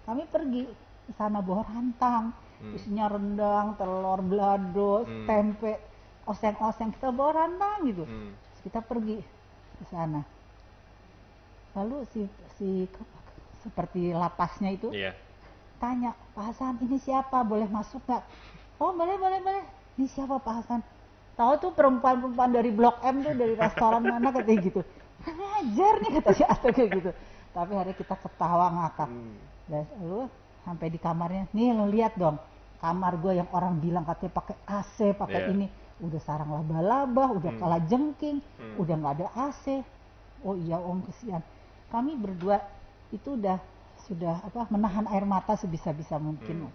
kami pergi ke sana bawa rantang, isinya rendang, telur balado, tempe, oseng-oseng, kita bawa rantang gitu. Terus kita pergi ke sana. Lalu si seperti lapasnya itu tanya, Pak Hasan ini siapa, boleh masuk nggak? Oh boleh. Ini siapa Pak Hasan? Tahu tuh perempuan dari Blok M tuh, dari restoran mana katanya gitu. Ngajar nih kata si Ate kayak gitu. Tapi hari kita ketawa ngakak. Dan lu sampai di kamarnya, nih lo lihat dong, kamar gue yang orang bilang katanya pakai AC, pakai ini, udah sarang laba-laba, udah kalah jengking, udah nggak ada AC. Oh iya om, kesian. Kami berdua itu sudah menahan air mata sebisa-bisa mungkin.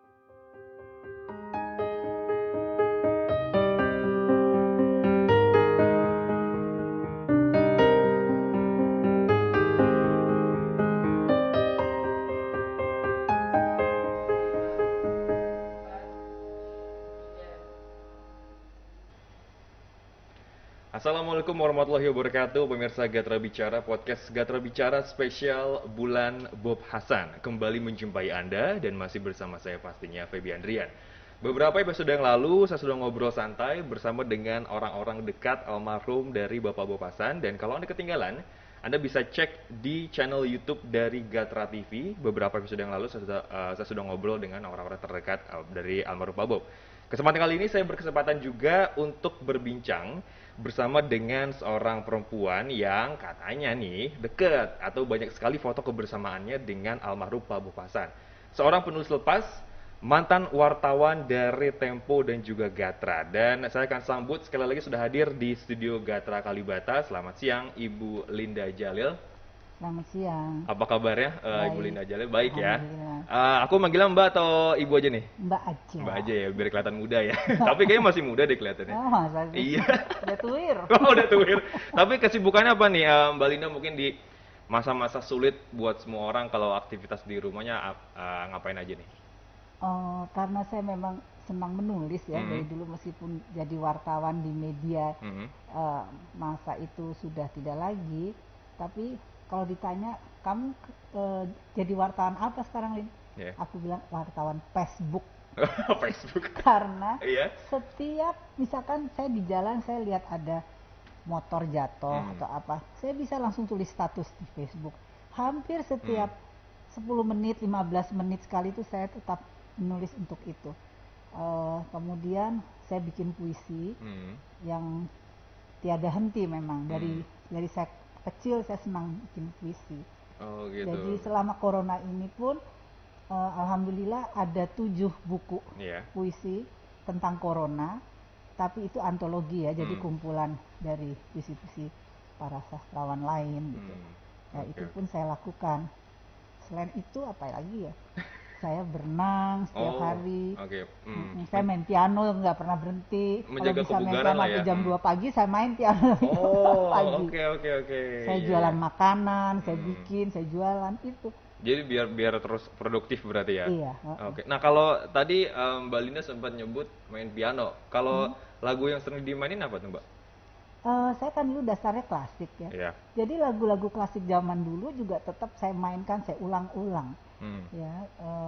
Assalamualaikum warahmatullahi wabarakatuh, pemirsa Gatra Bicara, podcast Gatra Bicara spesial bulan Bob Hasan. Kembali menjumpai Anda dan masih bersama saya pastinya Feby Andrian. Beberapa episode yang lalu saya sudah ngobrol santai bersama dengan orang-orang dekat almarhum dari Bapak Bob Hasan. Dan kalau Anda ketinggalan, Anda bisa cek di channel YouTube dari Gatra TV. Beberapa episode yang lalu saya sudah ngobrol dengan orang-orang terdekat dari almarhum Pak Bob. Kesempatan kali ini saya berkesempatan juga untuk berbincang bersama dengan seorang perempuan yang katanya nih dekat atau banyak sekali foto kebersamaannya dengan almarhum Pak Bob Hasan. Seorang penulis lepas, mantan wartawan dari Tempo dan juga Gatra. Dan saya akan sambut sekali lagi sudah hadir di studio Gatra Kalibata. Selamat siang Ibu Linda Jalil. Selamat siang. Apa kabarnya Ibu Linda Jalil? Baik ya. Alhamdulillah. Aku manggilnya Mbak atau Ibu aja nih? Mbak aja. Mbak aja ya, biar kelihatan muda ya. Tapi kayaknya masih muda deh kelihatannya. Oh masa sih? Iya. Udah tuir. Oh, udah tuir. Tapi kesibukannya apa nih Mbak Linda mungkin di masa-masa sulit buat semua orang kalau aktivitas di rumahnya ngapain aja nih? Karena saya memang senang menulis ya, dari dulu meskipun jadi wartawan di media, masa itu sudah tidak lagi. Tapi kalau ditanya, kamu jadi wartawan apa sekarang, Lin? Aku bilang wartawan Facebook. Facebook. Karena setiap, misalkan saya di jalan, saya lihat ada motor jatuh atau apa, saya bisa langsung tulis status di Facebook. Hampir setiap 10 menit, 15 menit sekali itu saya tetap menulis untuk itu. Kemudian saya bikin puisi yang tiada henti memang. Dari saya kecil saya senang bikin puisi. Oh, gitu. Jadi selama corona ini pun alhamdulillah ada 7 buku puisi tentang corona, tapi itu antologi ya, jadi kumpulan dari puisi-puisi para sastrawan lain gitu. Itu pun saya lakukan. Selain itu apa lagi ya? Saya berenang setiap hari. Saya main piano nggak pernah berhenti. Kalau bisa main piano sampai jam 2 pagi, saya main piano pagi. Oke. Saya jualan makanan, saya bikin, saya jualan itu. Jadi biar terus produktif berarti ya. Iya. Oke. Nah kalau tadi Mbak Linda sempat nyebut main piano. Kalau lagu yang sering dimainin apa tuh Mbak? Saya kan dulu dasarnya klasik ya. Jadi lagu-lagu klasik zaman dulu juga tetap saya mainkan, saya ulang-ulang. Ya,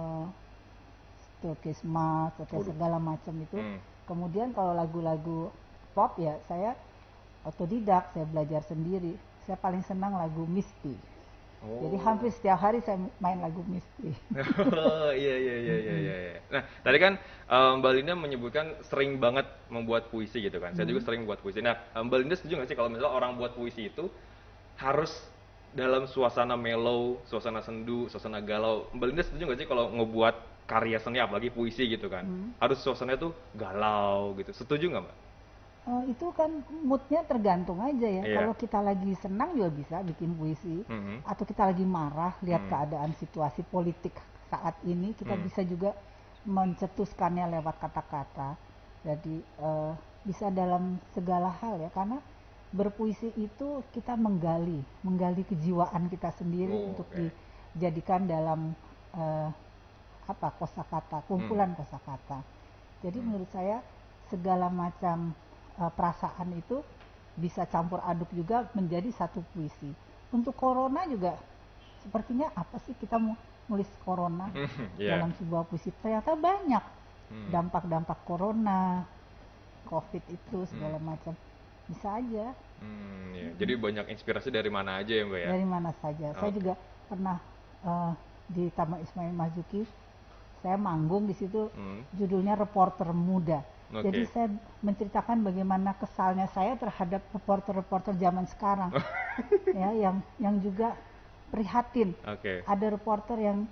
Stokisma, segala macam itu. Kemudian kalau lagu-lagu pop ya saya otodidak, saya belajar sendiri. Saya paling senang lagu Misty. Jadi hampir setiap hari saya main lagu Misty. Oh iya. Nah tadi kan Mbak Linda menyebutkan sering banget membuat puisi gitu kan. Saya juga sering buat puisi. Nah Mbak Linda setuju nggak sih kalau misalnya orang buat puisi itu harus dalam suasana mellow, suasana sendu, suasana galau? Mbak Linda setuju nggak sih kalau ngebuat karya seni apalagi puisi gitu kan, harus suasananya tuh galau gitu? Setuju nggak Mbak? Itu kan moodnya tergantung aja ya. Kalau kita lagi senang juga bisa bikin puisi, atau kita lagi marah lihat keadaan situasi politik saat ini, kita bisa juga mencetuskannya lewat kata-kata. Jadi bisa dalam segala hal ya, karena berpuisi itu kita menggali kejiwaan kita sendiri untuk dijadikan dalam kosakata, kumpulan kosakata. Jadi menurut saya segala macam perasaan itu bisa campur aduk juga menjadi satu puisi. Untuk corona juga sepertinya apa sih, kita mau nulis corona Yeah. dalam sebuah puisi. Ternyata banyak dampak-dampak corona, COVID itu segala macam. Bisa aja. Ya. Jadi banyak inspirasi dari mana aja ya Mbak ya? Dari mana saja. Saya juga pernah di Taman Ismail Marzuki, saya manggung di situ, judulnya Reporter Muda. Jadi saya menceritakan bagaimana kesalnya saya terhadap reporter-reporter zaman sekarang, ya, yang juga prihatin. Ada reporter yang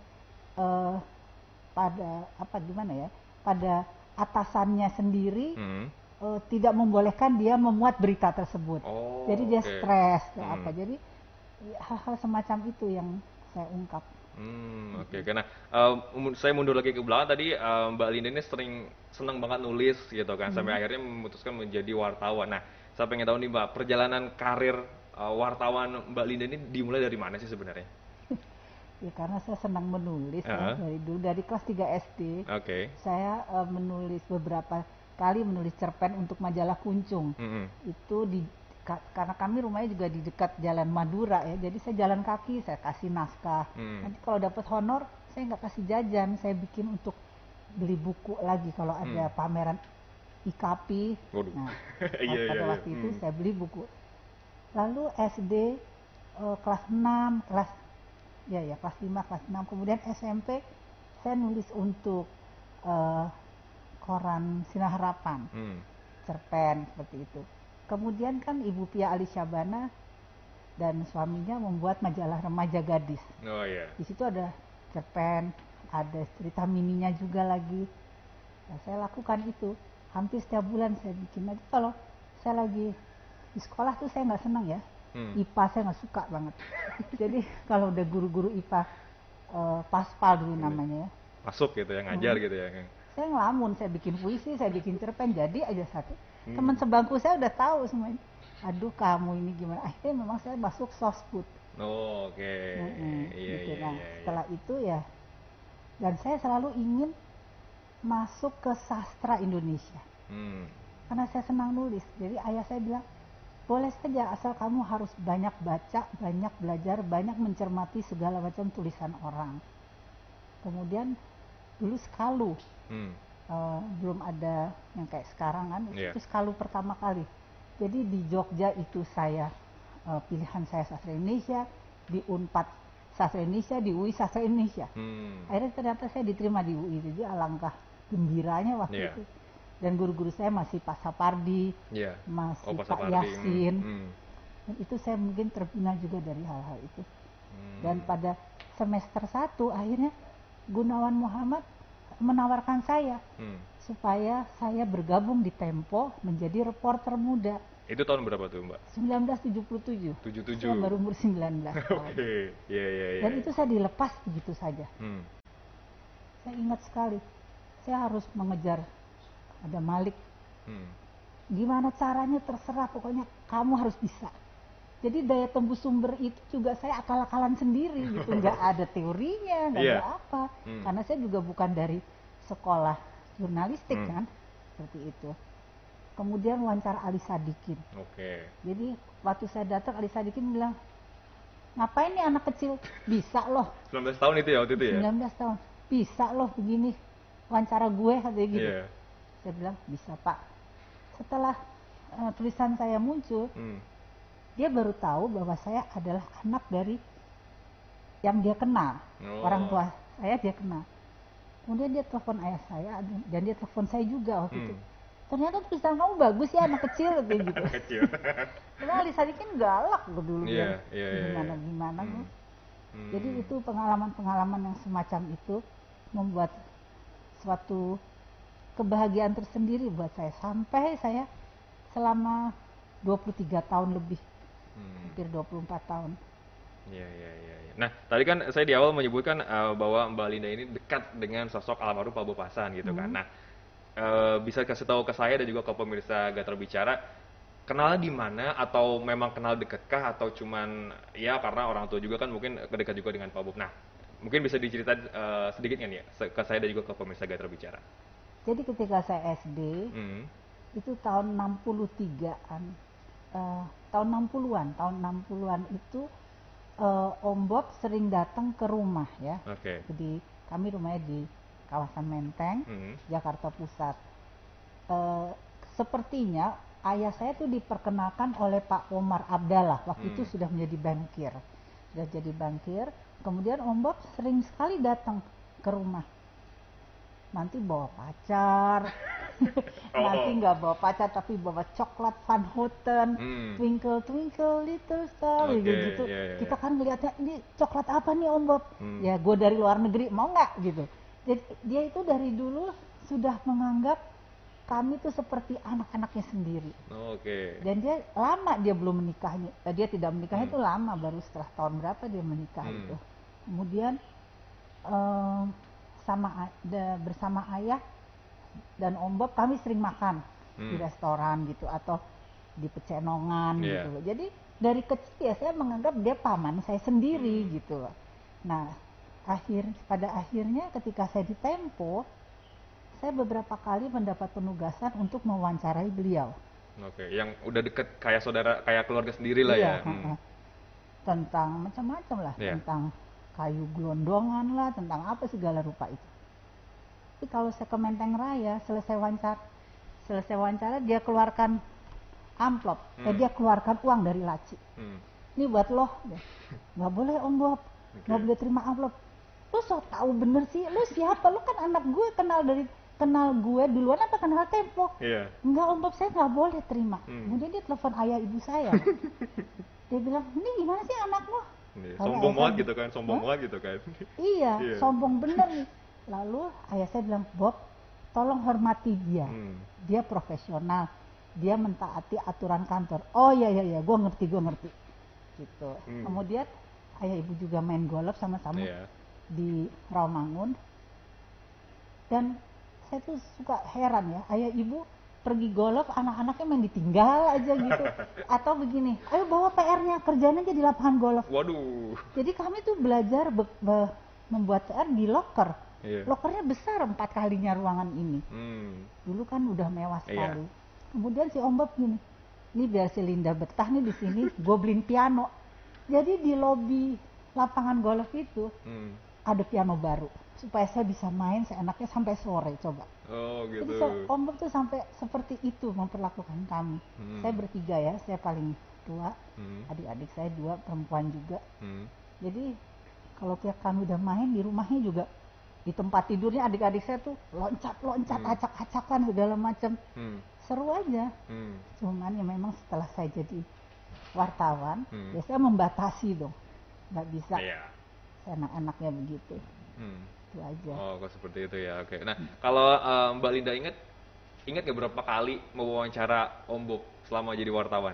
pada pada atasannya sendiri tidak membolehkan dia memuat berita tersebut. Jadi dia stres atau apa. Jadi hal-hal semacam itu yang saya ungkap. Karena saya mundur lagi ke belakang tadi, Mbak Linda ini senang banget nulis gitu kan, sampai akhirnya memutuskan menjadi wartawan. Nah, saya pengen tahu nih Mbak, perjalanan karir wartawan Mbak Linda ini dimulai dari mana sih sebenarnya? Ya karena saya senang menulis ya, dari dulu, dari kelas 3 SD. Saya menulis beberapa kali, menulis cerpen untuk majalah Kuncung. Itu karena kami rumahnya juga di dekat Jalan Madura ya, jadi saya jalan kaki, saya kasih naskah. Nanti kalau dapat honor, saya nggak kasih jajan, saya bikin untuk beli buku lagi kalau ada pameran IKAPI. Nah, pada waktu itu saya beli buku. Lalu SD kelas 6, kelas 5, kelas 6, kemudian SMP saya nulis untuk koran Sinar Harapan, cerpen seperti itu. Kemudian kan Ibu Pia Alisyabana dan suaminya membuat majalah remaja gadis. Di situ ada cerpen, ada cerita mininya juga lagi. Nah, saya lakukan itu hampir setiap bulan saya bikin. Nanti kalau saya lagi di sekolah tuh saya nggak senang ya, IPA saya nggak suka banget. Jadi kalau udah guru-guru IPA paspal dulu namanya ya, masuk gitu ya, ngajar gitu ya. Saya ngelamun, saya bikin puisi, saya bikin cerpen, jadi aja satu. Teman sebangku saya udah tahu semuanya. Aduh kamu ini gimana? Akhirnya memang saya masuk sosput. Gitu. Nah, setelah itu ya, dan saya selalu ingin masuk ke sastra Indonesia. Karena saya senang nulis. Jadi ayah saya bilang, boleh saja asal kamu harus banyak baca, banyak belajar, banyak mencermati segala macam tulisan orang. Kemudian dulu Skalu, belum ada yang kayak sekarang kan, itu Skalu pertama kali. Jadi di Jogja itu saya pilihan saya sastra Indonesia, di Unpad sastra Indonesia, di UI sastra Indonesia. Akhirnya ternyata saya diterima di UI, jadi alangkah gembiranya waktu itu. Dan guru-guru saya masih Pak Sapardi, masih Pak Yasin. Dan itu saya mungkin terbina juga dari hal-hal itu. Dan pada semester 1 akhirnya Gunawan Muhammad menawarkan saya supaya saya bergabung di Tempo menjadi reporter muda. Itu tahun berapa tuh Mbak? 1977. Saya baru umur 19 tahun. Dan itu saya dilepas begitu saja. Saya ingat sekali, saya harus mengejar, ada Malik. Gimana caranya terserah, pokoknya kamu harus bisa. Jadi daya tembus sumber itu juga saya akal-akalan sendiri gitu, nggak ada teorinya, nggak ada apa. Karena saya juga bukan dari sekolah jurnalistik kan, seperti itu. Kemudian wawancara Ali Sadikin. Jadi waktu saya datang Ali Sadikin bilang, ngapain nih anak kecil, bisa loh. 19 tahun itu ya waktu itu ya? 19 tahun, bisa loh begini, wawancara gue katanya gitu. Saya bilang, bisa Pak. Setelah tulisan saya muncul, dia baru tahu bahwa saya adalah anak dari yang dia kenal. Orang tua saya dia kenal. Kemudian dia telepon ayah saya dan dia telepon saya juga waktu itu. Ternyata tulisan kamu bagus ya anak kecil gitu. Karena Ali Sadikin galak dulu gimana. Jadi itu pengalaman-pengalaman yang semacam itu membuat suatu kebahagiaan tersendiri buat saya sampai saya selama 23 tahun lebih. Hampir 24 tahun. Nah, tadi kan saya di awal menyebutkan bahwa Mbak Linda ini dekat dengan sosok almarhum Pak Bob Hasan gitu kan. Nah, bisa kasih tahu ke saya dan juga ke pemirsa Gatra Bicara, kenalnya di mana atau memang kenal deketkah atau cuman ya karena orang tua juga kan mungkin dekat juga dengan Pak Bob. Nah, mungkin bisa diceritain sedikit kan ya ke saya dan juga ke pemirsa Gatra Bicara. Jadi ketika saya SD, itu tahun 63-an. Tahun 60-an itu Om Bob sering datang ke rumah ya. Oke. Jadi kami rumahnya di kawasan Menteng, Jakarta Pusat. Sepertinya ayah saya tuh diperkenalkan oleh Pak Omar Abdallah, waktu itu sudah menjadi bankir. Sudah jadi bankir, kemudian Om Bob sering sekali datang ke rumah. Nanti bawa pacar, nanti nggak bawa pacar tapi bawa coklat Van Houten, Twinkle Twinkle Little Star, gitu. Kita kan ngeliatnya, ini coklat apa nih Om Bob? Ya gue dari luar negeri, mau nggak gitu. Jadi dia itu dari dulu sudah menganggap kami tuh seperti anak-anaknya sendiri. Dan dia lama dia belum menikahnya, dia tidak menikahnya itu lama, baru setelah tahun berapa dia menikah itu. Kemudian bersama ayah dan Om Bob kami sering makan di restoran gitu atau di pecenongan gitu loh. Jadi dari kecil ya saya menganggap dia paman saya sendiri gitu loh. Nah, pada akhirnya ketika saya di Tempo, saya beberapa kali mendapat penugasan untuk mewawancarai beliau. Yang udah deket kayak saudara, kayak keluarga sendiri lah ya. Tentang macam-macam lah, tentang kayu gelondongan lah, tentang apa segala rupa itu. Tapi kalau saya ke Menteng Raya, selesai wawancara dia keluarkan amplop, dia keluarkan uang dari laci. Ini buat lo, nggak boleh Om Bob, nggak boleh terima amplop. Lu so tau bener sih, lu siapa? Lu kan anak gue, kenal gue duluan apa kenal Tempo? Enggak Om Bob, saya nggak boleh terima. Kemudian dia telepon ayah ibu saya. Dia bilang, ini gimana sih anak lo? Sombong banget gitu kan, sombong banget gitu kan. Iya, sombong bener nih. Lalu ayah saya bilang, Bob, tolong hormati dia. Dia profesional, dia mentaati aturan kantor. Oh iya, gue ngerti. Gitu. Kemudian ayah ibu juga main golf sama-sama di Rawamangun. Dan saya tuh suka heran ya, ayah ibu pergi golf, anak-anaknya main ditinggal aja gitu. Atau begini, ayo bawa PR-nya, kerjaan aja di lapangan golf. Waduh. Jadi kami tuh belajar membuat PR di locker. Lockernya besar 4 kalinya ruangan ini. Dulu kan udah mewah sekali. Kemudian si Om Bob gini, ini biar si Linda betah nih di sini, gue beliin piano. Jadi di lobi lapangan golf itu ada piano baru, supaya saya bisa main seenaknya sampai sore coba. Gitu. Jadi Om Bob tuh sampai seperti itu memperlakukan kami. Saya bertiga ya, saya paling tua, adik-adik saya 2 perempuan juga. Jadi kalau kami udah main di rumahnya juga, di tempat tidurnya adik-adik saya tuh loncat, acak-acakan segala macam. Seru aja. Cuman ya memang setelah saya jadi wartawan, ya saya membatasi dong, nggak bisa enak-enaknya begitu. Itu aja. Kok seperti itu ya. Oke. Nah, kalau Mbak Linda ingat nggak berapa kali mewawancara Om Bob selama jadi wartawan?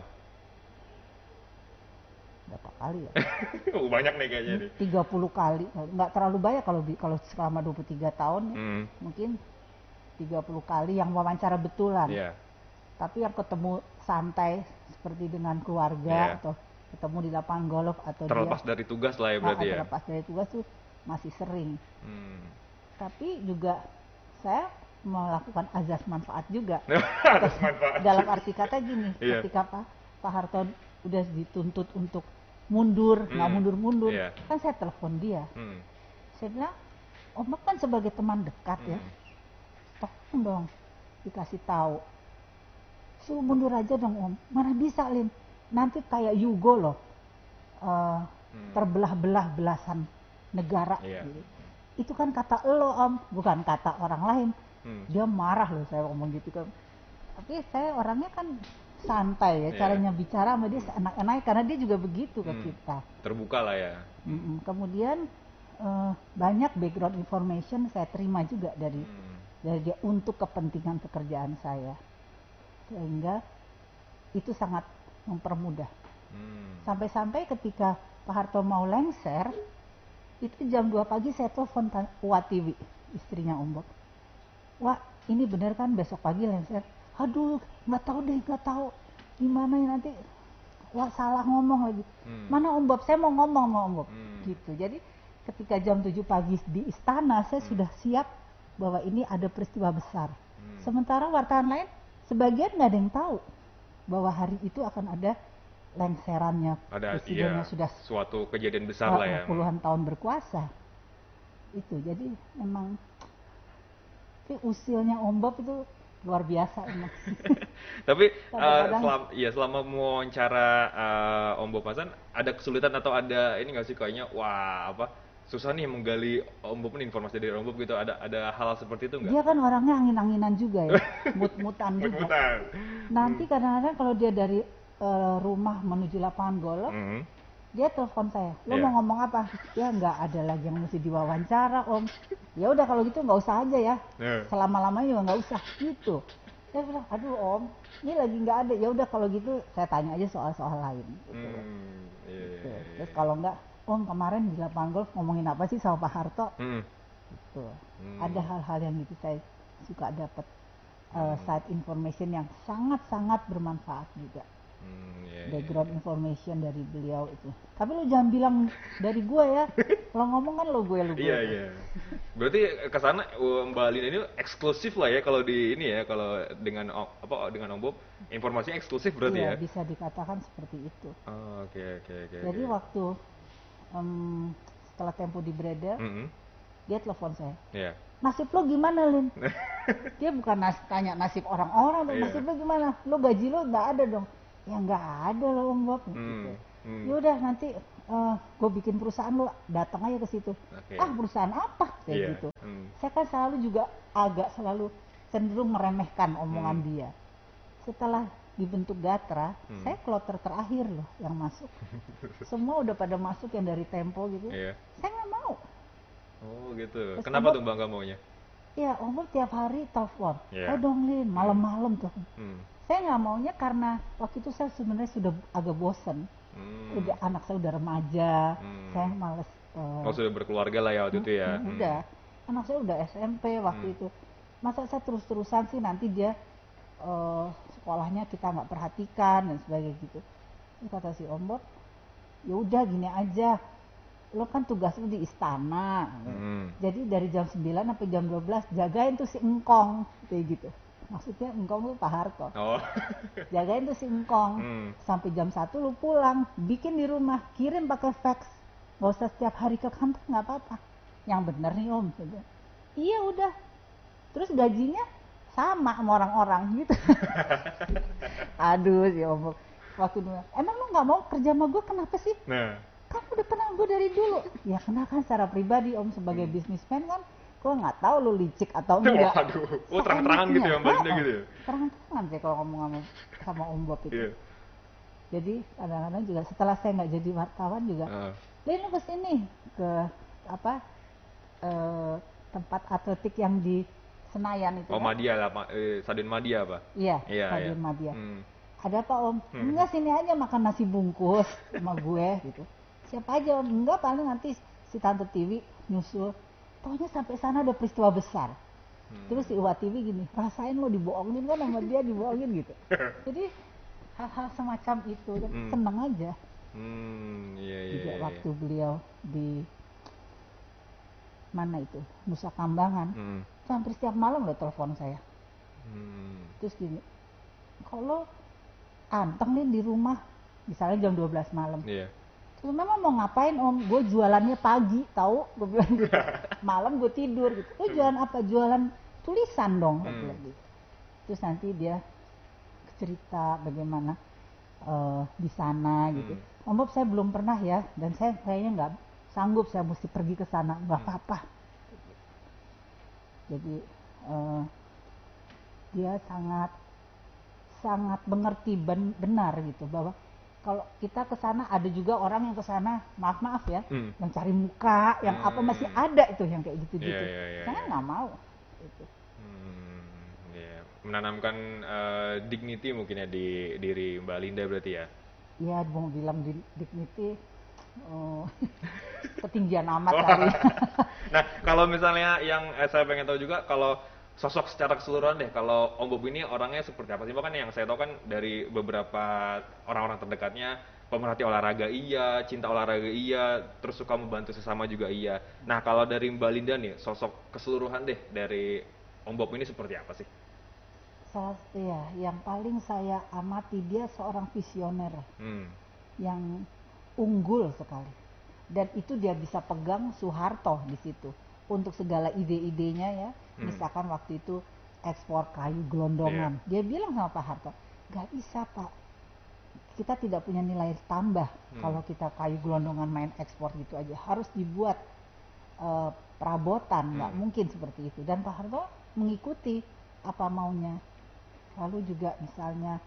Berapa kali ya? Banyak nih kayaknya nih. 30 kali. Nggak terlalu banyak kalau selama 23 tahun ya. Mungkin 30 kali yang wawancara betulan. Tapi yang ketemu santai seperti dengan keluarga atau ketemu di lapangan golf atau terlepas dari tugas lah ya berarti ya. Terlepas dari tugas tuh masih sering. Tapi juga saya melakukan azas manfaat juga. Azas manfaat. Dalam arti kata gini, ketika Pak Harto udah dituntut untuk mundur, nggak mundur-mundur, kan saya telepon dia. Saya bilang, Om Bob kan sebagai teman dekat ya, tolong dong dikasih tahu. Suruh mundur aja dong Om. Mana bisa Lin? Nanti kayak Yugo loh, terbelah-belah belasan negara. Gitu. Itu kan kata lo Om, bukan kata orang lain. Dia marah loh saya ngomong gitu kan. Tapi saya orangnya kan santai ya, caranya bicara sama dia enak-enak karena dia juga begitu ke kita. Terbuka lah ya. Kemudian banyak background information saya terima juga dari dia untuk kepentingan pekerjaan saya, sehingga itu sangat mempermudah. Sampai-sampai ketika Pak Harto mau lengser, itu jam 2 pagi saya telepon Watiwi, istrinya Om Bob. Wah, ini bener kan besok pagi lengser? Aduh, nggak tahu gimana ya nanti. Wah, salah ngomong lagi. Mana Om Bob? Saya mau ngomong sama Om Bob. Gitu. Jadi ketika jam 7 pagi di istana, saya sudah siap bahwa ini ada peristiwa besar. Sementara wartawan lain sebagian nggak ada yang tahu bahwa hari itu akan ada lengserannya Ada presidennya sudah suatu kejadian besar lah ya. puluhan tahun berkuasa. Itu jadi memang usilnya Om Bob itu luar biasa emang. Tapi Kadang-kadang selama mewawancara Om Bob Hasan, ada kesulitan atau ada ini nggak sih kayaknya wah apa susah nih menggali Om Bob nih, informasi dari Om Bob gitu, ada hal seperti itu nggak? dia kan orangnya angin-anginan juga ya, mut-mutan juga. Mut-mutan. Nanti kadang-kadang kalau dia dari rumah menuju lapangan golf, dia telepon saya, lo Iya. mau ngomong apa? Ya nggak ada lagi yang mesti diwawancara Om. Ya udah kalau gitu nggak usah aja ya, selama-lamanya juga nggak usah gitu. Saya bilang, aduh Om, ini lagi nggak ada. Ya udah kalau gitu saya tanya aja soal-soal lain. Gitu. Gitu. Terus kalau nggak, Om kemarin di lapangan golf ngomongin apa sih sama Pak Harto? Gitu. Ada hal-hal yang gitu saya suka dapat side information yang sangat-sangat bermanfaat juga. Background information dari beliau itu. Tapi lu jangan bilang dari gue ya. Kalau ngomong kan lo gue. Iya. Berarti kesana Mbak Lina ini eksklusif lah ya kalau di ini ya, kalau dengan dengan Om Bob informasinya eksklusif berarti iya, ya. bisa dikatakan seperti itu. Oh, oke. Jadi waktu setelah Tempo di Breda, dia telepon saya. Iya. Nasib lo gimana, Lin? Dia bukan tanya nasib orang-orang, nasib lo gimana? Lo gaji lo nggak ada dong? Ya nggak ada loh Om Bob. Gitu. Yaudah nanti gue bikin perusahaan, lo datang aja ke situ. Ah perusahaan apa? Kayak gitu. Saya kan selalu juga selalu cenderung meremehkan omongan dia. Setelah dibentuk Gatra, saya kloter terakhir loh yang masuk. Semua udah pada masuk yang dari Tempo gitu. Saya nggak mau. Oh gitu. Terus kenapa Om tuh Bang maunya? Iya, Om Bob tiap hari telepon. Ayo dong Lin, malam-malam tuh. Saya nggak maunya karena waktu itu saya sebenarnya sudah agak bosen. Udah anak saya udah remaja, saya males. Sudah berkeluarga lah ya waktu itu ya. Udah, anak saya udah SMP waktu itu. Masa saya terus-terusan sih nanti dia sekolahnya kita nggak perhatikan dan sebagainya gitu. Terus kata si Om Bob, ya udah gini aja. Lo kan tugas lu di istana. Jadi dari jam 9 sampai jam 12 jagain tuh si Engkong kayak gitu. Maksudnya Engkong tuh Pak Harto. Jagain tuh si Engkong. Sampai jam 1 lu pulang, bikin di rumah, kirim pakai fax. Gak usah setiap hari ke kantor, nggak apa-apa. Yang bener nih Om. Gitu. Iya udah. Terus gajinya sama orang-orang gitu. Aduh si Om. Waktu dulu, emang lu nggak mau kerja sama gue kenapa sih? Kan udah kenal gue dari dulu. Ya kenal kan secara pribadi Om sebagai bisnismen kan. Gue nggak tahu lu licik atau enggak. Waduh, terang-terangan gitu ya Mbak Linda gitu ya? Terang-terangan sih kalau ngomong sama Om Bob itu. Jadi kadang-kadang juga setelah saya nggak jadi wartawan juga, Lin lu kesini ke tempat atletik yang di Senayan itu. Oh kan? Madia lah, Stadion Madia apa? Iya, Stadion Madia. Ada apa Om? Enggak, sini aja makan nasi bungkus sama gue gitu. Siapa aja Om? Enggak, paling nanti si Tante TV nyusul. Pokoknya sampai sana ada peristiwa besar. Terus si Uwa TV gini, rasain lo dibohongin kan sama dia, dibohongin gitu. Jadi hal-hal semacam itu, seneng aja. Juga waktu beliau di mana itu, Nusa Kambangan, hampir setiap malam lo telepon saya. Terus gini, kalau anteng nih di rumah, misalnya jam 12 malam. Terus memang mau ngapain Om? Gue jualannya pagi, tahu? Gue bilang gitu. Malam gue tidur gitu. Lo jualan apa? Jualan tulisan dong. Gitu. Terus nanti dia cerita bagaimana di sana gitu. Om Bob saya belum pernah ya, dan saya kayaknya nggak sanggup, saya mesti pergi ke sana. Nggak apa-apa. Jadi dia sangat mengerti benar gitu bahwa kalau kita ke sana ada juga orang yang ke sana maaf ya, yang cari muka, yang apa masih ada itu yang kayak gitu-gitu. Saya nggak mau. Gitu. Menanamkan dignity mungkin ya di diri Mbak Linda berarti ya. Iya, mau bilang dignity ketinggian amat kali. Nah, kalau misalnya yang saya pengen tahu juga, kalau sosok secara keseluruhan deh, kalau Om Bob ini orangnya seperti apa sih? Kan yang saya tahu kan dari beberapa orang-orang terdekatnya, pemerhati olahraga iya, cinta olahraga iya, terus suka membantu sesama juga iya. Nah, kalau dari Mbak Linda nih, sosok keseluruhan deh dari Om Bob ini seperti apa sih? Ya, yang paling saya amati dia seorang visioner. yang unggul sekali. Dan itu dia bisa pegang Soeharto di situ untuk segala ide-idenya ya. Misalkan waktu itu ekspor kayu gelondongan. Dia bilang sama Pak Harto, nggak bisa Pak, kita tidak punya nilai tambah kalau kita kayu gelondongan main ekspor gitu aja. Harus dibuat perabotan, nggak mungkin seperti itu. Dan Pak Harto mengikuti apa maunya. Lalu juga misalnya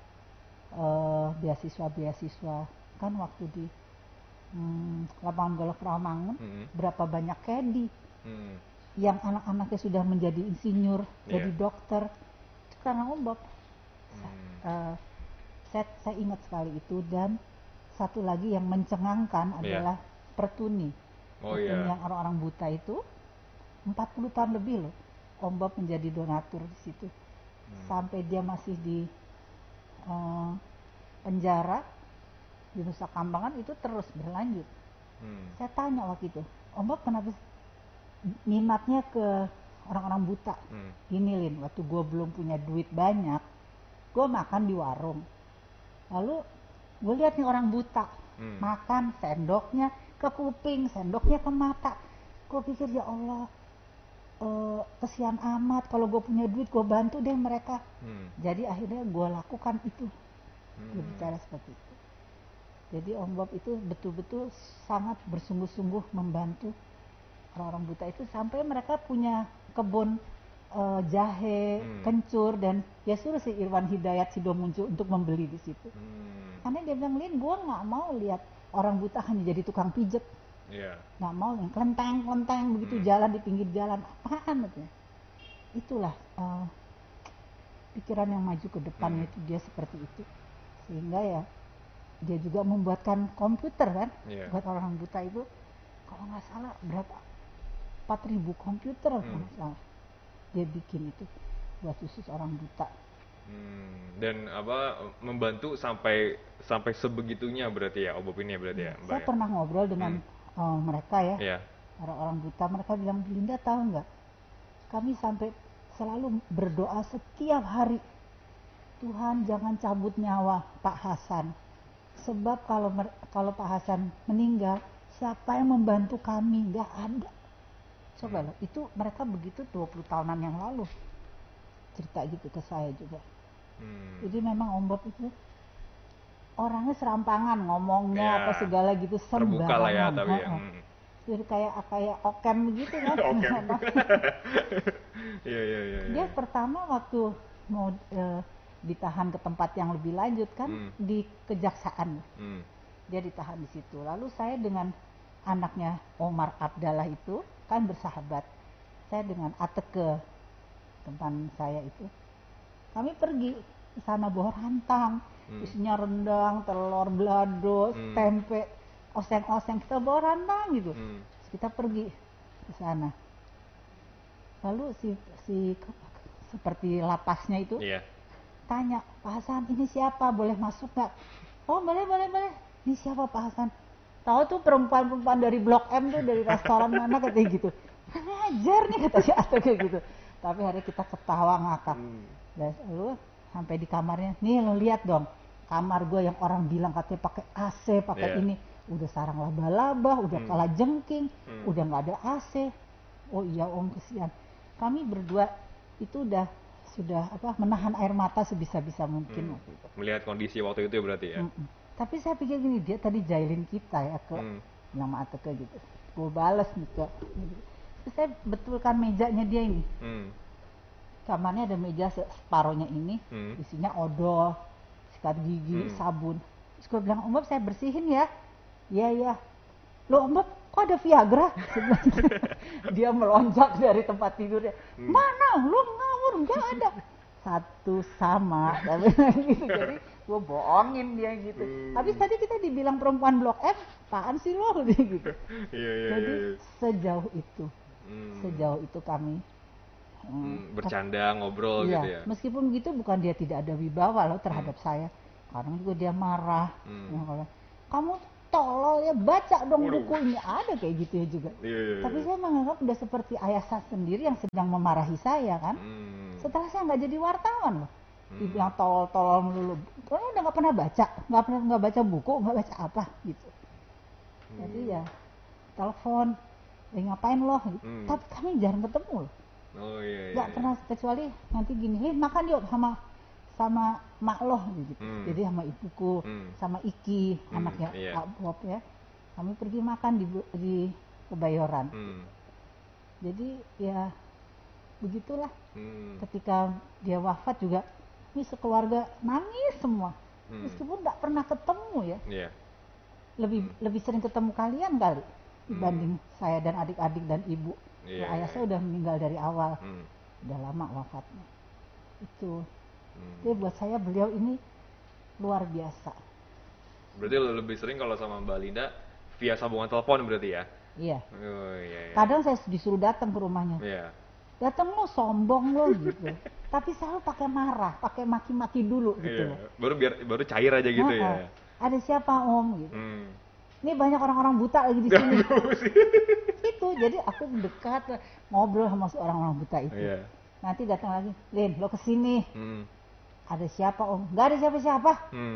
beasiswa kan waktu di lapangan golf Rawamangun berapa banyak caddy yang anak-anaknya sudah menjadi insinyur, jadi dokter, itu karena Om Bob. Saya ingat sekali itu. Dan satu lagi yang mencengangkan adalah Pertuni. Pertuni yang orang-orang buta itu 40 tahun lebih loh Om Bob menjadi donatur di situ. Sampai dia masih di penjara di Nusa Kambangan itu terus berlanjut. Saya tanya waktu itu, Om Bob kenapa minatnya ke orang-orang buta? Gini Lin, waktu gue belum punya duit banyak, gue makan di warung. Lalu gue lihat nih orang buta makan, sendoknya ke kuping, sendoknya ke mata. Gue pikir ya Allah, kesian amat, kalau gue punya duit gue bantu deh mereka. Jadi akhirnya gue lakukan itu. Gue bicara seperti itu. Jadi Om Bob itu betul-betul sangat bersungguh-sungguh membantu orang-orang buta itu sampai mereka punya kebun jahe, kencur, dan ya suruh si Irwan Hidayat Sidomuncul untuk membeli di situ. Karena dia bilang, Lin, gue nggak mau lihat orang buta hanya jadi tukang pijet. Nggak mau yang kelenteng begitu jalan di pinggir jalan, apaan itu? Itulah pikiran yang maju ke depannya itu dia seperti itu. Sehingga ya dia juga membuatkan komputer kan buat orang buta itu, kalau nggak salah berapa 4.000 komputer kalau nggak salah dia bikin itu buat khusus orang buta. Dan membantu sampai sebegitunya berarti ya Om Bob ini ya berarti ya Mbak. Saya pernah ngobrol dengan mereka ya, para orang buta. Mereka bilang, Linda tahu nggak, kami sampai selalu berdoa setiap hari, Tuhan jangan cabut nyawa Pak Hasan, sebab kalau Pak Hasan meninggal, siapa yang membantu kami? Nggak ada. Coba loh, itu mereka begitu 20 tahunan yang lalu cerita gitu ke saya juga. Jadi memang Om Bob itu orangnya serampangan ngomongnya apa segala gitu, terbuka lah ya tapi ya. Jadi kayak okem begitu kan. Dia pertama waktu mau ditahan ke tempat yang lebih lanjut kan, di Kejaksaan. Dia ditahan di situ. Lalu saya dengan anaknya Omar Abdallah itu kan bersahabat. Saya dengan Ateke, teman saya itu, kami pergi ke sana bawa rantang, isinya rendang, telur balado, tempe, oseng-oseng, kita bawa rantang gitu. Kita pergi ke sana. Lalu si seperti lapasnya itu tanya, Pak Hasan ini siapa, boleh masuk nggak? Oh boleh. Ini siapa Pak Hasan? Tahu tuh perempuan dari Blok M tuh, dari restoran mana katanya gitu. Ngajar nih kata si Ate kayak gitu. Tapi hari kita ketawa ngakak. Dan lalu sampai di kamarnya, nih lo lihat dong, kamar gue yang orang bilang katanya pakai AC, pakai ini, udah sarang laba-laba, udah kalah jengking, udah nggak ada AC. Oh iya Om, kesian. Kami berdua itu sudah menahan air mata sebisa-bisa mungkin waktu itu. Melihat kondisi waktu itu berarti ya. Tapi saya pikir gini, dia tadi jahilin kita ya ke nama Ateke gitu. Gue balas nih ke. Terus saya betulkan mejanya dia ini. Kamarnya ada meja separohnya ini, isinya odol, sikat gigi, sabun. Terus gue bilang, Om Bob saya bersihin ya. Iya. Loh Om Bob, kok ada Viagra? Dia melonjak dari tempat tidurnya. Mana? Lu ngawur, nggak ada. Satu sama, gitu. Jadi gue bohongin dia gitu. Habis tadi kita dibilang perempuan Blok M, apaan sih lo gitu. Jadi sejauh itu kami bercanda, ngobrol gitu ya. Meskipun begitu bukan dia tidak ada wibawa loh terhadap saya. Kadang juga dia marah. Kamu tolol ya, baca dong bukunya, ada kayak gitu ya juga. Tapi saya menganggap udah seperti ayah saya sendiri yang sedang memarahi saya kan. Setelah saya nggak jadi wartawan loh, dibilang tolol melulu, karena udah nggak pernah baca, nggak baca buku, nggak baca apa gitu. Jadi ya telepon, ngapain loh? Gitu. Tapi kami jarang ketemu loh. Oh iya. Nggak pernah, kecuali nanti gini, makan yuk sama mak loh gitu. Jadi sama ibuku, sama Iki, anaknya Pak Bob ya. Kami pergi makan di Kebayoran. Jadi ya begitulah. Ketika dia wafat juga, ini sekeluarga nangis semua. Meskipun nggak pernah ketemu ya. Lebih sering ketemu kalian kali dibanding saya dan adik-adik dan ibu. Ayah saya udah meninggal dari awal, udah lama wafatnya. Itu. Jadi buat saya beliau ini luar biasa. Berarti lebih sering kalau sama Mbak Linda via sambungan telepon berarti ya? Iya. Oh, iya. Kadang saya disuruh datang ke rumahnya. Iya. Datang lo, sombong lo gitu. Tapi selalu pakai marah, pakai maki-maki dulu gitu. Baru cair aja gitu ya. Ada siapa Om gitu. Ini banyak orang-orang buta lagi di sini. Itu, jadi aku dekat ngobrol sama orang-orang buta itu. Nanti datang lagi, Lin, lo kesini. Ada siapa Om? Gak ada siapa-siapa.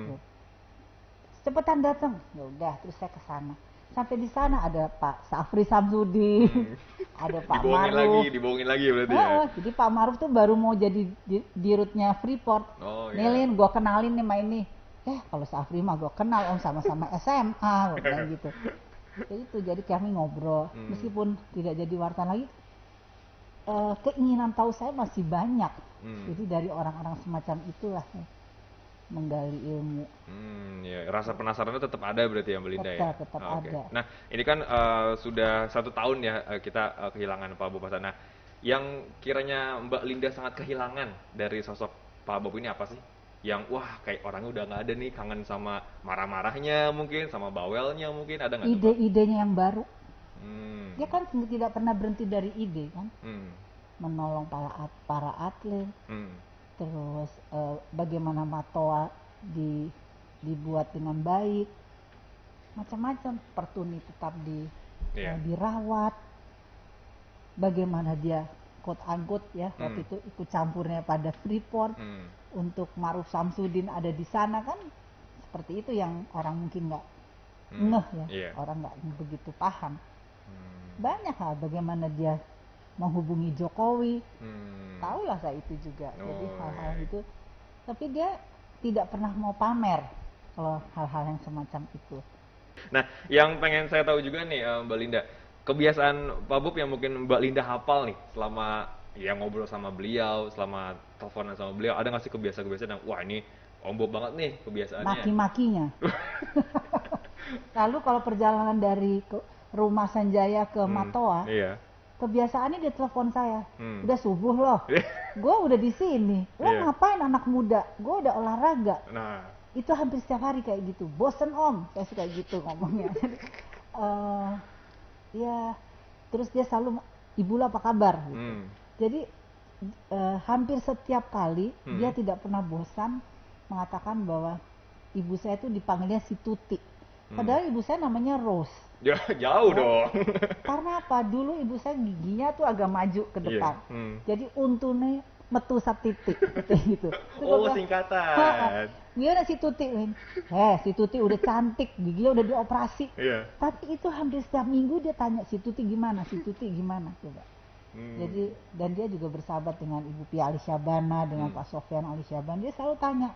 Cepetan datang. Ya udah, terus saya ke sana. Sampai di sana ada Pak Safri Samsudin, ada Pak Maruf. Dibohongin lagi berarti ya. Jadi Pak Maruf tuh baru mau jadi dirutnya Freeport. Lin, gua kenalin nih main nih. Kalau Safri mah gua kenal Om, sama-sama SMA, kayak gitu. Jadi kami ngobrol, meskipun tidak jadi wartawan lagi, keinginan tahu saya masih banyak. Jadi dari orang-orang semacam itulah menggali ilmu. Ya, rasa penasarannya tetap ada berarti ya Mbak Linda ya? Tetap ada. Nah ini kan sudah 1 tahun ya kita kehilangan Pak Bob Hasan. Nah yang kiranya Mbak Linda sangat kehilangan dari sosok Pak Bob ini apa sih? Yang wah kayak orangnya udah nggak ada nih, kangen sama marah-marahnya mungkin, sama bawelnya mungkin, ada nggak? Ide-idenya yang baru. Dia kan tidak pernah berhenti dari ide kan, menolong para atlet, terus bagaimana Matoa dibuat dengan baik, macam-macam. Pertuni tetap dirawat, bagaimana dia quote-unquote ya waktu itu ikut campurnya pada Freeport. Untuk Maruf Samsudin ada di sana kan, seperti itu yang orang mungkin nggak ngeh ya, orang nggak begitu paham. Banyak hal, bagaimana dia menghubungi Jokowi, tahulah saya itu juga. Jadi hal-hal itu, tapi dia tidak pernah mau pamer kalau hal-hal yang semacam itu. Nah, yang pengen saya tahu juga nih Mbak Linda, kebiasaan Pak Bob yang mungkin Mbak Linda hafal nih selama ngobrol sama beliau, selama teleponan sama beliau, ada nggak sih kebiasaan-kebiasaan yang wah ini Om Bob banget nih kebiasaannya? Maki-makinya. Lalu kalau perjalanan dari rumah Sanjaya ke Matoa, kebiasaannya dia telepon saya, udah subuh loh, gue udah di sini, lo ngapain anak muda, gue udah olahraga. Itu hampir setiap hari kayak gitu. Bosen Om, saya suka gitu ngomongnya. Ya, terus dia selalu, ibu lo apa kabar? Gitu. Jadi hampir setiap kali dia tidak pernah bosan mengatakan bahwa ibu saya itu dipanggilnya si Tuti. Padahal ibu saya namanya Rose. Ya, jauh dong. Karena apa? Dulu ibu saya giginya tuh agak maju ke depan. Jadi untune metu satitik gitu. Oh, singkatan. Gimana si Tuti, Lin? Si Tuti udah cantik, giginya udah dioperasi. Tapi itu hampir setiap minggu dia tanya si Tuti gimana, si Tuti gimana, coba. Jadi, dan dia juga bersahabat dengan Ibu Pia Alisyabana, dengan Pak Sofyan Alisyabana, dia selalu tanya.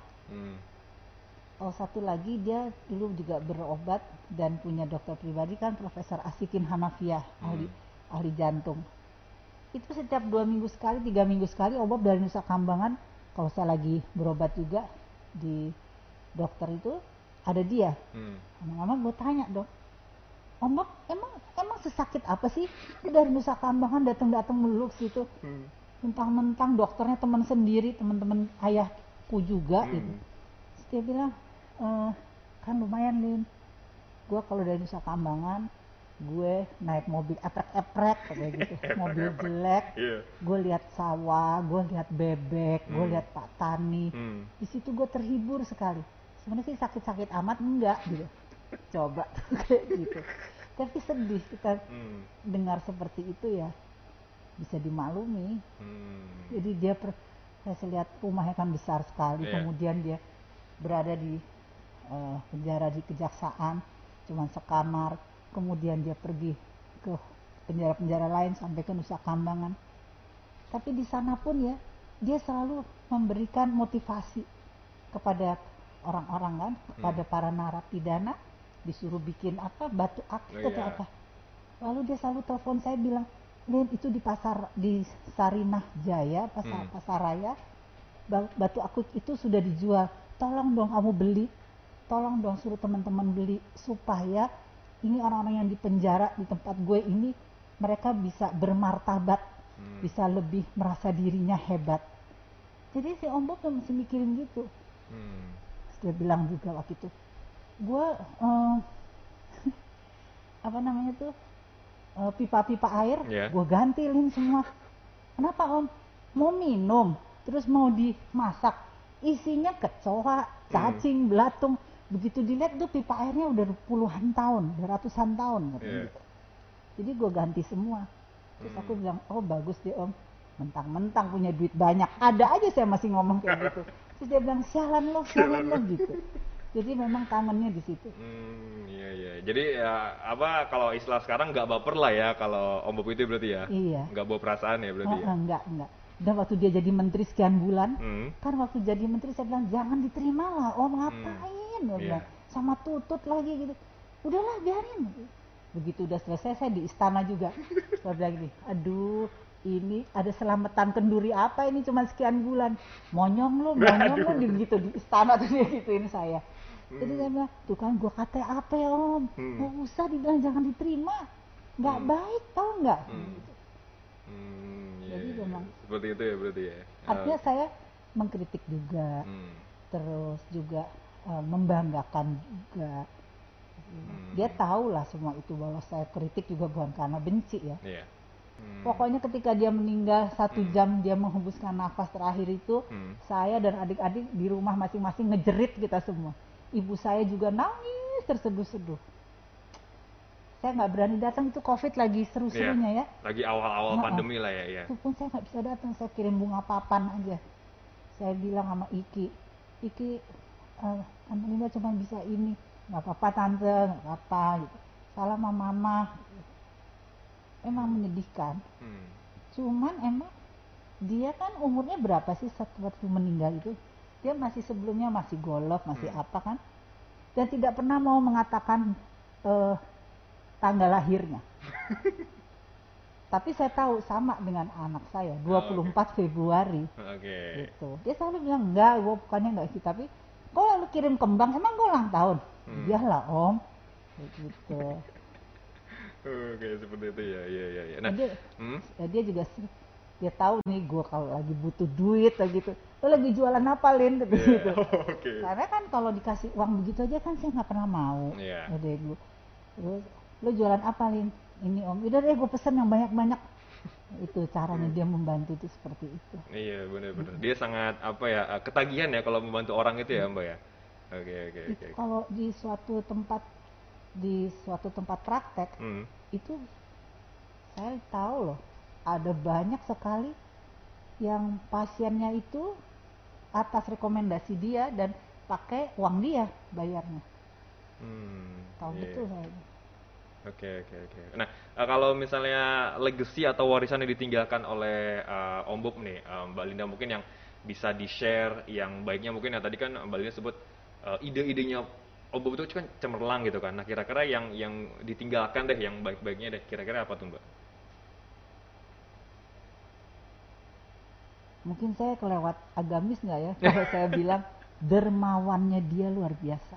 Satu lagi, dia dulu juga berobat dan punya dokter pribadi kan, Profesor Asikin Hanafiah, ahli jantung. Itu setiap 2 minggu sekali, 3 minggu sekali obat dari Nusa Kambangan. Kalau saya lagi berobat juga di dokter itu, ada dia. Lama-lama gue tanya, Dok, Om Bob, emang sesakit apa sih? Dari Nusa Kambangan datang melulu situ. Mentang-mentang dokternya teman sendiri, teman-teman ayahku juga gitu. Terus dia bilang, kan lumayan Lin. Gue kalau dari Nusa Kambangan, gue naik mobil eprek-eprek kayak gitu, mobil jelek. Gue lihat sawah, gue lihat bebek, gue lihat Pak Tani. Di situ gue terhibur sekali. Sebenarnya sih sakit-sakit amat enggak gitu. Coba kayak gitu. Tapi sedih kita dengar seperti itu ya, bisa dimaklumi. Jadi dia saya lihat rumahnya kan besar sekali, kemudian dia berada di penjara di kejaksaan, cuman sekamar, kemudian dia pergi ke penjara-penjara lain sampai ke Nusa Kambangan. Tapi di sana pun ya, dia selalu memberikan motivasi kepada orang-orang kan, kepada para narapidana, disuruh bikin apa, batu akik atau apa. Lalu dia selalu telepon saya bilang, Lin, itu di Sarinah Jaya, Pasaraya, batu akik itu sudah dijual. Tolong dong kamu beli, tolong dong suruh teman-teman beli supaya ini orang-orang yang di penjara di tempat gue ini mereka bisa bermartabat, bisa lebih merasa dirinya hebat. Jadi si Om Bob tuh mesti mikirin gitu. Dia bilang juga waktu itu, gue apa namanya tuh, pipa-pipa air, gue gantilin semua. Kenapa Om? Mau minum, terus mau dimasak, isinya kecoa, cacing, belatung. Begitu dilihat tuh pipa airnya udah puluhan tahun, udah ratusan tahun gitu. Jadi gue ganti semua. Terus aku bilang, oh bagus deh Om, mentang-mentang punya duit banyak, ada aja saya masih ngomong kayak gitu. Terus dia bilang, sialan lo gitu. Jadi memang kangennya di situ. Iya. Jadi ya, apa kalau istilah sekarang nggak baper lah ya kalau Om Bob itu berarti ya? Iya. Nggak bawa perasaan ya berarti ya? Enggak. Dan waktu dia jadi menteri sekian bulan, kan waktu jadi menteri saya bilang, jangan diterima lah Om, ngapain? Dia bilang, sama Tutut lagi gitu. Udahlah biarin. Begitu udah selesai, saya di istana juga. Saya bilang gini, aduh ini ada selamatan kenduri apa ini cuma sekian bulan. Monyong lu gitu di istana tuh dia gituin saya. Jadi saya bilang, tuh kan gua kata apa ya Om, nggak usah dibilang jangan diterima, nggak baik tau nggak? Jadi memang seperti itu ya berarti ya. Artinya saya mengkritik juga, terus juga membanggakan juga. Dia tahu lah semua itu, bahwa saya kritik juga bukan karena benci ya. Pokoknya ketika dia meninggal 1 jam dia menghembuskan nafas terakhir itu, saya dan adik-adik di rumah masing-masing ngejerit kita semua. Ibu saya juga nangis terseduh-seduh. Saya nggak berani datang, itu COVID lagi seru-serunya ya. Lagi awal-awal pandemi lah ya. Itu pun saya nggak bisa datang, saya kirim bunga papan aja. Saya bilang sama Iki, Tante Linda cuma bisa ini, nggak apa-apa Tante, nggak apa-apa gitu. Salam sama Mama. Emang menyedihkan. Cuman emang dia kan umurnya berapa sih waktu meninggal itu? Dia masih sebelumnya masih golf, masih apa kan? Dan tidak pernah mau mengatakan tanggal lahirnya. Tapi saya tahu sama dengan anak saya, 24 Februari. Gitu. Dia selalu bilang, enggak, gue bukannya enggak sih, tapi kok lalu kirim kembang, emang gue ulang tahun? Iyalah Om. Gitu. Seperti itu ya. Nah, dia juga dia tahu nih gue kalau lagi butuh duit gitu. Lo lagi jualan apa Lin? Gitu. Karena kan kalau dikasih uang begitu aja kan saya nggak pernah mau. Terus lo jualan apa Lin? Ini Om, udah deh gue pesen yang banyak-banyak. Itu caranya dia membantu itu seperti itu. Iya benar-benar. Dia sangat ketagihan ya kalau membantu orang itu ya Mbak ya. Oke. Kalau di suatu tempat praktek itu saya tahu loh, ada banyak sekali yang pasiennya itu atas rekomendasi dia dan pakai uang dia bayarnya. Tahu betul saya. Oke. Nah, kalau misalnya legacy atau warisan yang ditinggalkan oleh Om Bob nih, Mbak Linda mungkin yang bisa di-share, yang baiknya mungkin tadi kan Mbak Linda sebut ide-idenya Om Bob itu kan cemerlang gitu kan. Nah, kira-kira yang ditinggalkan deh, yang baik-baiknya deh, kira-kira apa tuh Mbak? Mungkin saya kelewat agamis nggak ya kalau saya bilang dermawannya dia luar biasa.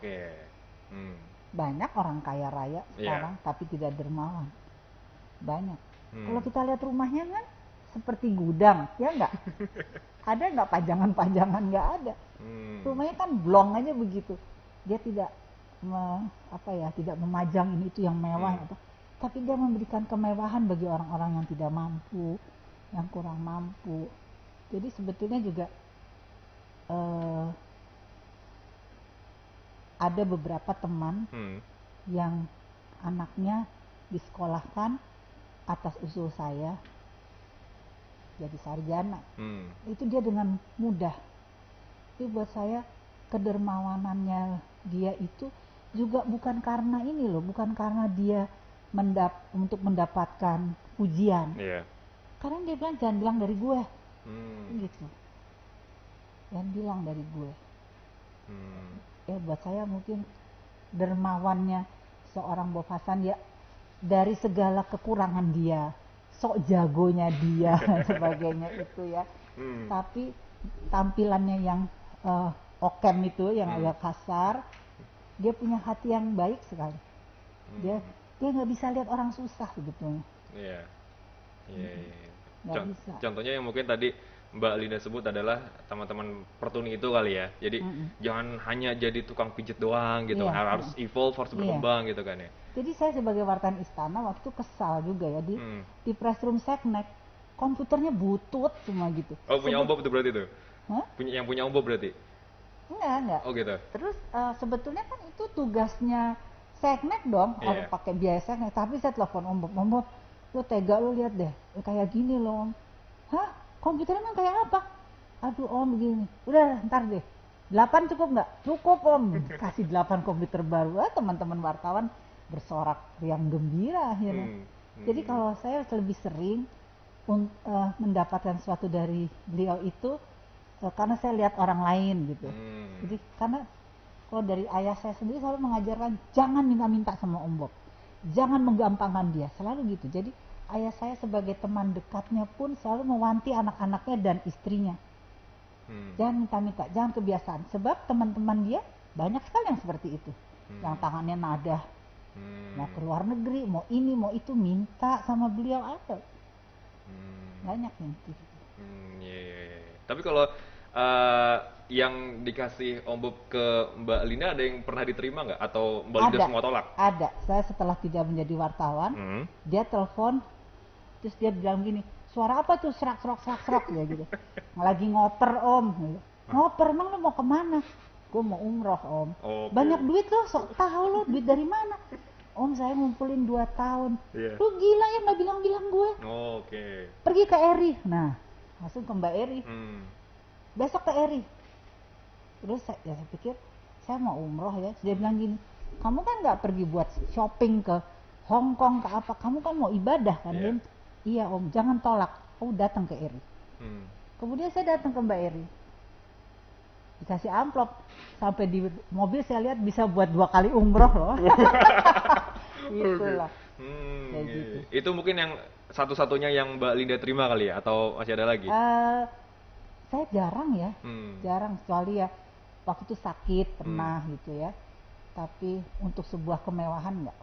Banyak orang kaya raya sekarang tapi tidak dermawan. Banyak. Kalau kita lihat rumahnya kan seperti gudang, ya nggak? Ada nggak pajangan-pajangan? Nggak ada. Rumahnya kan blong aja begitu. Dia tidak tidak memajang ini itu yang mewah tapi dia memberikan kemewahan bagi orang-orang yang tidak mampu, yang kurang mampu. Jadi sebetulnya juga ada beberapa teman yang anaknya disekolahkan atas usul saya jadi sarjana. Itu dia dengan mudah. Itu buat saya kedermawanannya dia itu juga bukan karena ini loh, bukan karena dia untuk mendapatkan pujian. Yeah. Karena dia bilang jangan bilang dari gue, gitu. Jangan bilang dari gue. Ya buat saya mungkin dermawannya seorang Bob Hasan ya dari segala kekurangan dia, sok jagonya dia dan sebagainya itu ya. Tapi tampilannya yang okem itu, yang agak kasar, dia punya hati yang baik sekali. Dia nggak bisa lihat orang susah sebetulnya. Iya. Nggak bisa. Contohnya yang mungkin tadi Mbak Linda sebut adalah teman-teman pertuni itu kali ya. Jadi jangan hanya jadi tukang pijet doang gitu. Harus evolve, harus berkembang gitu kan ya. Jadi saya sebagai wartawan istana waktu kesal juga ya di press room Seknek, komputernya butut semua gitu. Oh, punya Om Bob itu berarti tuh? Hah? Yang punya Om Bob berarti? Enggak. Oh gitu. Terus sebetulnya kan itu tugasnya Seknek dong, harus pakai biaya Seknek. Tapi saya telepon Om Bob, lu tega lu lihat deh, kayak gini loh Om. Hah? Komputernya emang kayak apa? Aduh Om begini. Udah ntar deh. 8 cukup nggak? Cukup Om. Kasih 8 komputer baru. Teman-teman wartawan bersorak yang gembira akhirnya. Jadi kalau saya lebih sering mendapatkan sesuatu dari beliau itu karena saya lihat orang lain gitu. Jadi karena kalau dari ayah saya sendiri selalu mengajarkan jangan minta-minta sama Om Bob, jangan menggampangkan dia, selalu gitu. Jadi ayah saya sebagai teman dekatnya pun selalu mewanti anak-anaknya dan istrinya, jangan minta-minta, jangan kebiasaan. Sebab teman-teman dia banyak sekali yang seperti itu, yang tangannya nadah, mau ke luar negeri, mau ini, mau itu, minta sama beliau ada. Banyak yang gitu. Tapi kalau yang dikasih Om Bob ke Mbak Linda ada yang pernah diterima nggak? Atau Mbak Linda semua tolak? Ada. Saya setelah tidak menjadi wartawan, dia telepon, terus dia bilang gini, suara apa tuh serak ya gitu. Lagi ngoper Om. Ngoper emang lu mau kemana? Gue mau umroh Om. Banyak duit lo, sok tahu lo duit dari mana? Om saya ngumpulin 2 tahun. Lu gila ya nggak bilang-bilang gue. Pergi ke Eri. Nah, langsung ke Mbak Eri. Besok ke Eri. Terus saya pikir saya mau umroh ya. Dia bilang gini, kamu kan nggak pergi buat shopping ke Hong Kong ke apa? Kamu kan mau ibadah kan? Iya Om, jangan tolak. Oh datang ke Eri. Kemudian saya datang ke Mbak Eri. Dikasih amplop. Sampai di mobil saya lihat bisa buat 2 kali umroh loh. Itulah. Gitu. Itu mungkin yang satu-satunya yang Mbak Linda terima kali ya? Atau masih ada lagi? Saya jarang ya. Jarang, kecuali ya waktu itu sakit pernah gitu ya. Tapi untuk sebuah kemewahan enggak.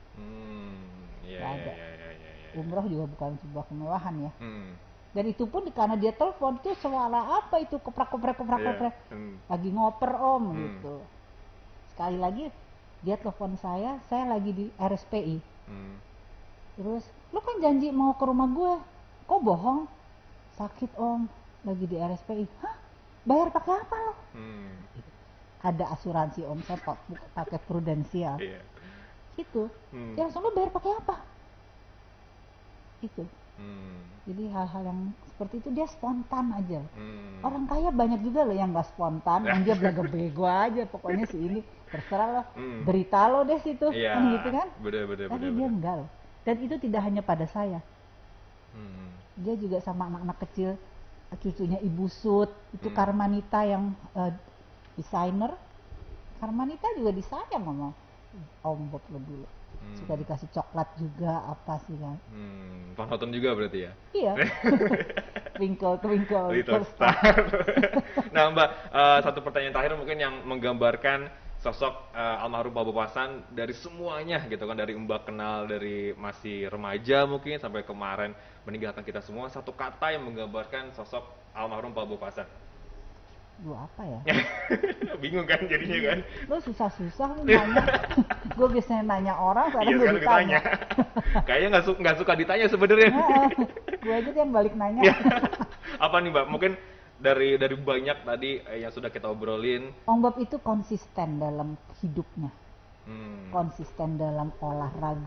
Ada. Umroh juga bukan sebuah kemewahan ya. Dan itu pun karena dia telepon tuh suara apa itu keprak. Lagi ngoper Om gitu. Sekali lagi dia telepon saya lagi di RSPI. Terus, lu kan janji mau ke rumah gue, kok bohong? Sakit Om, lagi di RSPI. Hah? Bayar pakai apa lo? Ada asuransi Om, saya pakai prudensial. Gitu. Ya langsung lu bayar pakai apa? Itu. Jadi hal-hal yang seperti itu dia spontan aja. Orang kaya banyak juga loh yang nggak spontan, yang dia belaga-bego aja, pokoknya si ini terserah lo, berita lo deh situ, kan gitu kan? Tapi dia enggak loh. Dan itu tidak hanya pada saya. Dia juga sama anak-anak kecil, cucunya Ibu Sud, itu Karmanita yang desainer. Karmanita juga disayang sama Om Bob lo dulu. Suka dikasih coklat juga apa sih kan? Penonton juga berarti ya? Iya. Twinkle Little Star. Nah Mbak, satu pertanyaan terakhir mungkin yang menggambarkan sosok almarhum Pak Bob Hasan dari semuanya gitu kan, dari Mbak kenal dari masih remaja mungkin sampai kemarin meninggalkan kita semua, satu kata yang menggambarkan sosok almarhum Pak Bob Hasan. Lu apa ya? Bingung kan jadinya kan? Lu susah-susah lu nanya. Gue biasanya nanya orang, sekarang gue ditanya. Kayaknya nggak suka ditanya sebenarnya. Gue aja yang balik nanya. Apa nih Mbak? Mungkin dari banyak tadi yang sudah kita obrolin. Om Bob itu konsisten dalam hidupnya, konsisten dalam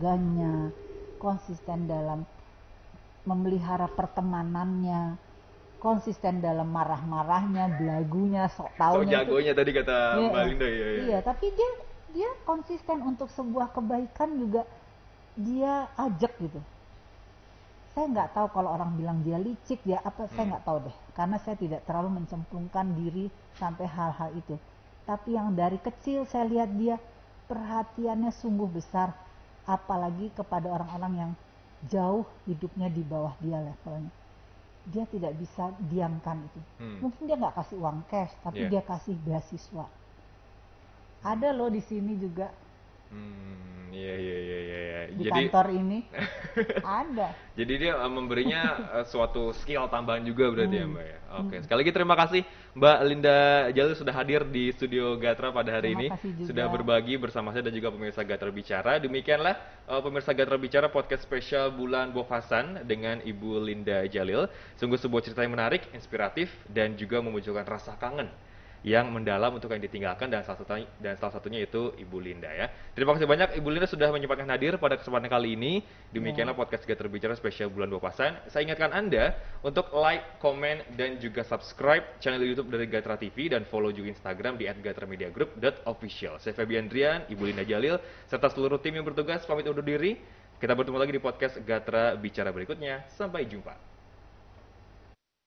olahraganya, konsisten dalam memelihara pertemanannya, konsisten dalam marah-marahnya, belagunya, sok So taunya jagonya tadi kata Iya, Mbak Linda ya. iya, tapi dia konsisten untuk sebuah kebaikan juga dia ajak gitu. Saya nggak tahu kalau orang bilang dia licik, dia apa, saya nggak tahu deh. Karena saya tidak terlalu mencemplungkan diri sampai hal-hal itu. Tapi yang dari kecil saya lihat dia perhatiannya sungguh besar, apalagi kepada orang-orang yang jauh hidupnya di bawah dia levelnya. Dia tidak bisa diamkan itu. Mungkin dia nggak kasih uang cash, tapi Iya. dia kasih beasiswa. Ada loh di sini juga Iya. di Jadi kantor ini ada. jadi dia memberinya suatu skill tambahan juga berarti ya Mbak ya. Oke, sekali lagi terima kasih Mbak Linda Jalil sudah hadir di studio Gatra pada hari Terima ini, kasih juga. sudah berbagi bersama saya dan juga pemirsa Gatra Bicara. Demikianlah pemirsa Gatra Bicara podcast spesial bulan Bob Hasan dengan Ibu Linda Jalil. Sungguh sebuah cerita yang menarik, inspiratif dan juga memunculkan rasa kangen yang mendalam untuk yang ditinggalkan dan salah satunya itu Ibu Linda ya. Terima kasih banyak Ibu Linda sudah menyempatkan hadir pada kesempatan kali ini. Demikianlah podcast Gatra Bicara spesial bulan Bob Hasan. Saya ingatkan Anda untuk like, komen dan juga subscribe channel YouTube dari Gatra TV dan follow juga Instagram di @gratramediagroup.official. Saya Febian Drian, Ibu Linda Jalil serta seluruh tim yang bertugas pamit undur diri. Kita bertemu lagi di podcast Gatra Bicara berikutnya. Sampai jumpa.